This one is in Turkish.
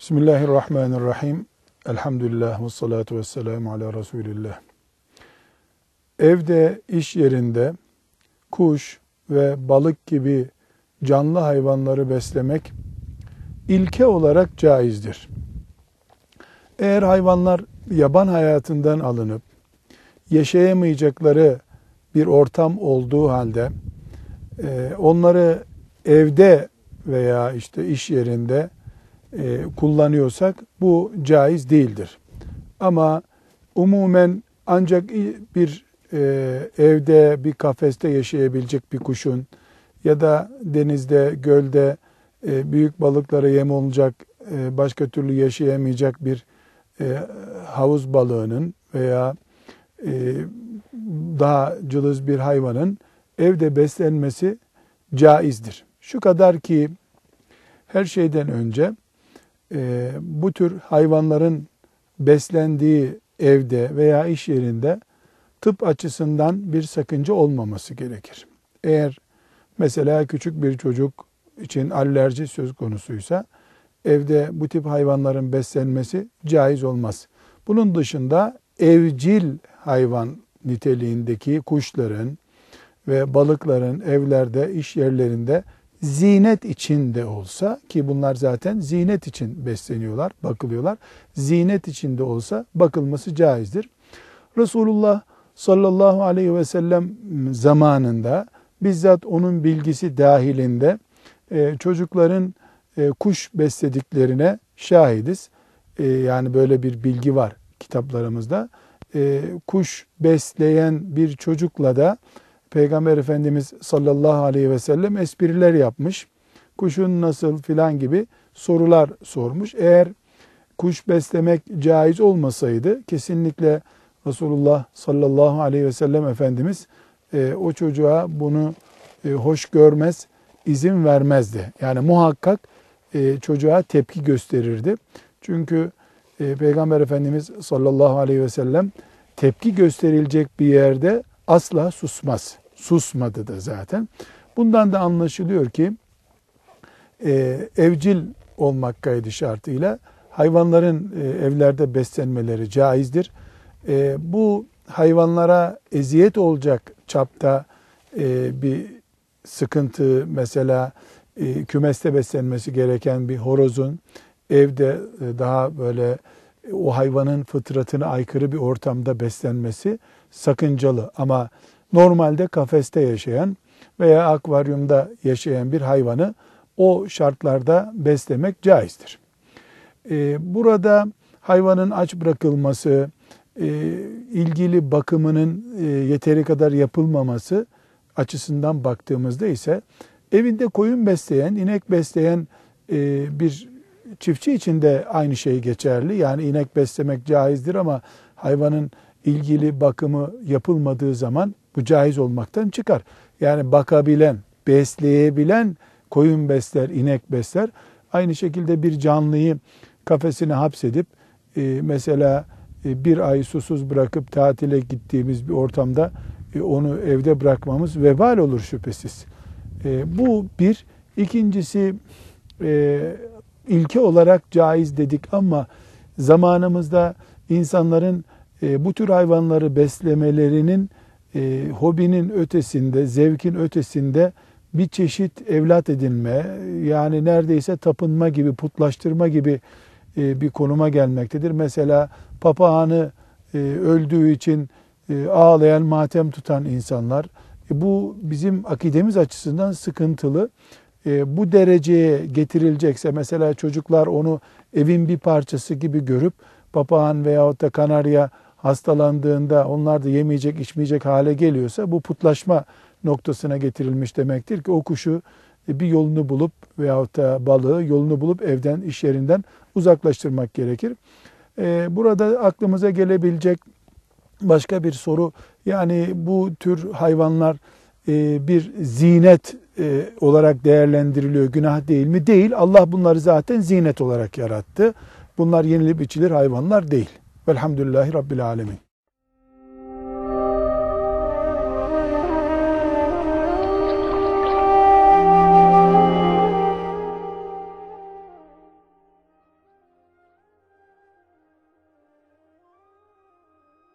Bismillahirrahmanirrahim. Elhamdülillah ve salatu ve selamu ala Resulillah. Evde, iş yerinde kuş ve balık gibi canlı hayvanları beslemek ilke olarak caizdir. Eğer hayvanlar yaban hayatından alınıp yaşayamayacakları bir ortam olduğu halde onları evde veya iş yerinde kullanıyorsak bu caiz değildir. Ama umumen ancak bir evde bir kafeste yaşayabilecek bir kuşun ya da denizde, gölde büyük balıklara yem olacak, başka türlü yaşayamayacak bir havuz balığının veya daha cılız bir hayvanın evde beslenmesi caizdir. Şu kadar ki her şeyden önce bu tür hayvanların beslendiği evde veya iş yerinde tıp açısından bir sakınca olmaması gerekir. Eğer mesela küçük bir çocuk için alerji söz konusuysa evde bu tip hayvanların beslenmesi caiz olmaz. Bunun dışında evcil hayvan niteliğindeki kuşların ve balıkların evlerde, iş yerlerinde zinet için de olsa, ki bunlar zaten zinet için besleniyorlar, bakılıyorlar. Zinet için de olsa bakılması caizdir. Resulullah sallallahu aleyhi ve sellem zamanında bizzat onun bilgisi dahilinde çocukların kuş beslediklerine şahidiz. Yani böyle bir bilgi var kitaplarımızda. Kuş besleyen bir çocukla da Peygamber Efendimiz sallallahu aleyhi ve sellem espriler yapmış. Kuşun nasıl filan gibi sorular sormuş. Eğer kuş beslemek caiz olmasaydı kesinlikle Resulullah sallallahu aleyhi ve sellem Efendimiz o çocuğa bunu hoş görmez, izin vermezdi. Yani muhakkak çocuğa tepki gösterirdi. Çünkü Peygamber Efendimiz sallallahu aleyhi ve sellem tepki gösterilecek bir yerde asla susmaz. Susmadı da zaten. Bundan da anlaşılıyor ki evcil olmak kaydı şartıyla hayvanların evlerde beslenmeleri caizdir. Bu hayvanlara eziyet olacak çapta bir sıkıntı, mesela kümeste beslenmesi gereken bir horozun evde daha böyle o hayvanın fıtratına aykırı bir ortamda beslenmesi sakıncalı. Ama normalde kafeste yaşayan veya akvaryumda yaşayan bir hayvanı o şartlarda beslemek caizdir. Burada hayvanın aç bırakılması, ilgili bakımının yeteri kadar yapılmaması açısından baktığımızda ise evinde koyun besleyen, inek besleyen bir çiftçi için de aynı şey geçerli. Yani inek beslemek caizdir ama hayvanın ilgili bakımı yapılmadığı zaman bu caiz olmaktan çıkar. Yani bakabilen, besleyebilen koyun besler, inek besler. Aynı şekilde bir canlıyı kafesine hapsedip mesela bir ay susuz bırakıp tatile gittiğimiz bir ortamda onu evde bırakmamız vebal olur şüphesiz. Bu bir. İkincisi ilke olarak caiz dedik ama zamanımızda insanların bu tür hayvanları beslemelerinin hobinin ötesinde, zevkin ötesinde bir çeşit evlat edinme, yani neredeyse tapınma gibi, putlaştırma gibi bir konuma gelmektedir. Mesela papağanı öldüğü için ağlayan, matem tutan insanlar, bu bizim akidemiz açısından sıkıntılı. Bu dereceye getirilecekse, mesela çocuklar onu evin bir parçası gibi görüp papağan veyahut da kanarya hastalandığında onlar da yemeyecek, içmeyecek hale geliyorsa bu putlaşma noktasına getirilmiş demektir ki o kuşu bir yolunu bulup veyahut da balığı yolunu bulup evden, iş yerinden uzaklaştırmak gerekir. Burada aklımıza gelebilecek başka bir soru, yani bu tür hayvanlar bir zinet olarak değerlendiriliyor, günah değil mi? Değil. Allah bunları zaten zinet olarak yarattı. Bunlar yenilip içilir hayvanlar değil. Velhamdülillahi Rabbil Alemin.